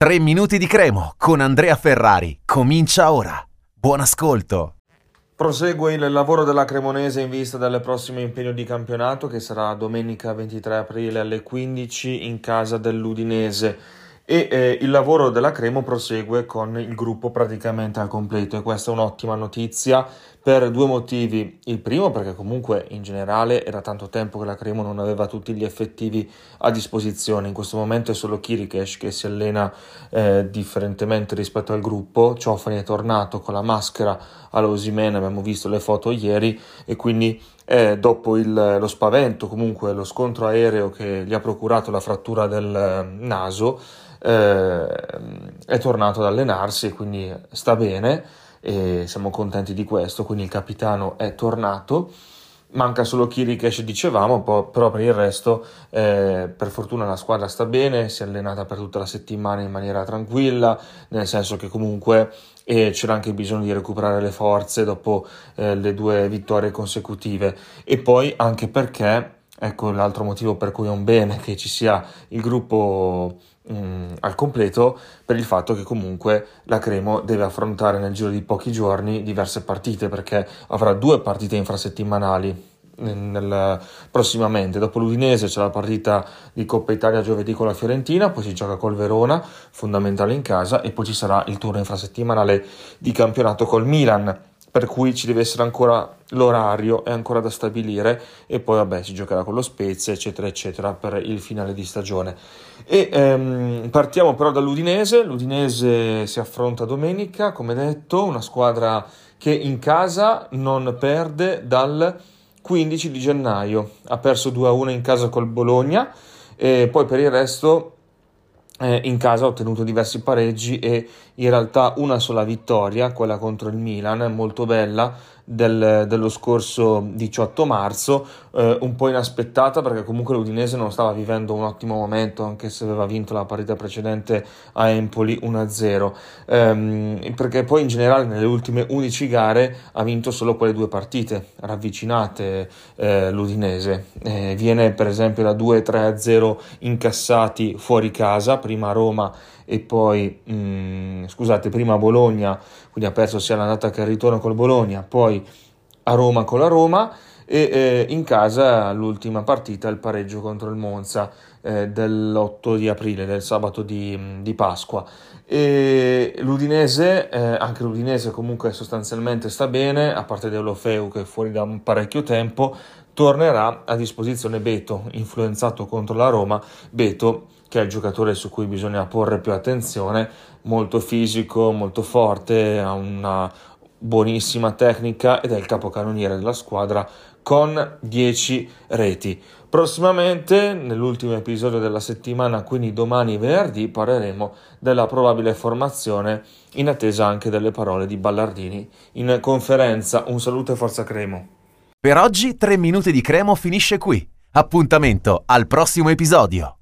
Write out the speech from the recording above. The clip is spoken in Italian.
3 minuti di Cremo con Andrea Ferrari. Comincia ora. Buon ascolto. Prosegue il lavoro della Cremonese in vista del prossimo impegno di campionato che sarà domenica 23 aprile alle 15 in casa dell'Udinese e il lavoro della Cremo prosegue con il gruppo praticamente al completo e questa è un'ottima notizia per due motivi. Il primo perché comunque in generale era tanto tempo che la Cremo non aveva tutti gli effettivi a disposizione. In questo momento è solo Chiriches che si allena differentemente rispetto al gruppo. Ciofani è tornato con la maschera all'Osimhen, abbiamo visto le foto ieri, e quindi dopo lo spavento, comunque lo scontro aereo che gli ha procurato la frattura del naso, è tornato ad allenarsi e quindi sta bene e siamo contenti di questo. Quindi il capitano è tornato, manca solo Chiriches, dicevamo, però per il resto per fortuna la squadra sta bene, si è allenata per tutta la settimana in maniera tranquilla, nel senso che comunque c'era anche bisogno di recuperare le forze dopo le 2 vittorie consecutive, e poi anche perché, ecco l'altro motivo per cui è un bene che ci sia il gruppo al completo, per il fatto che comunque la Cremo deve affrontare nel giro di pochi giorni diverse partite, perché avrà 2 partite infrasettimanali prossimamente. Dopo l'Udinese c'è la partita di Coppa Italia giovedì con la Fiorentina, poi si gioca col Verona, fondamentale in casa, e poi ci sarà il turno infrasettimanale di campionato col Milan, per cui ci deve essere ancora l'orario, è ancora da stabilire, e poi vabbè si giocherà con lo Spezia eccetera eccetera per il finale di stagione. E partiamo però dall'Udinese. L'Udinese si affronta domenica, come detto, una squadra che in casa non perde dal 15 di gennaio, ha perso 2-1 in casa col Bologna e poi per il resto in casa ha ottenuto diversi pareggi e in realtà una sola vittoria, quella contro il Milan, molto bella, dello scorso 18 marzo, un po' inaspettata perché comunque l'Udinese non stava vivendo un ottimo momento, anche se aveva vinto la partita precedente a Empoli 1-0, perché poi in generale nelle ultime 11 gare ha vinto solo quelle 2 partite ravvicinate. L'Udinese viene per esempio da 2-3-0 incassati fuori casa, prima a Roma e poi prima a Bologna, quindi ha perso sia l'andata che il ritorno col Bologna, poi a Roma con la Roma e in casa l'ultima partita il pareggio contro il Monza dell'8 di aprile, del sabato di Pasqua. E l'Udinese, anche l'Udinese comunque sostanzialmente sta bene, a parte Deulofeu che è fuori da un parecchio tempo. Tornerà a disposizione Beto, influenzato contro la Roma. Beto, che è il giocatore su cui bisogna porre più attenzione, molto fisico, molto forte, ha una buonissima tecnica ed è il capocannoniere della squadra con 10 reti. Prossimamente, nell'ultimo episodio della settimana, quindi domani venerdì, parleremo della probabile formazione in attesa anche delle parole di Ballardini in conferenza. Un saluto e forza Cremo. Per oggi 3 minuti di Cremo finisce qui. Appuntamento al prossimo episodio.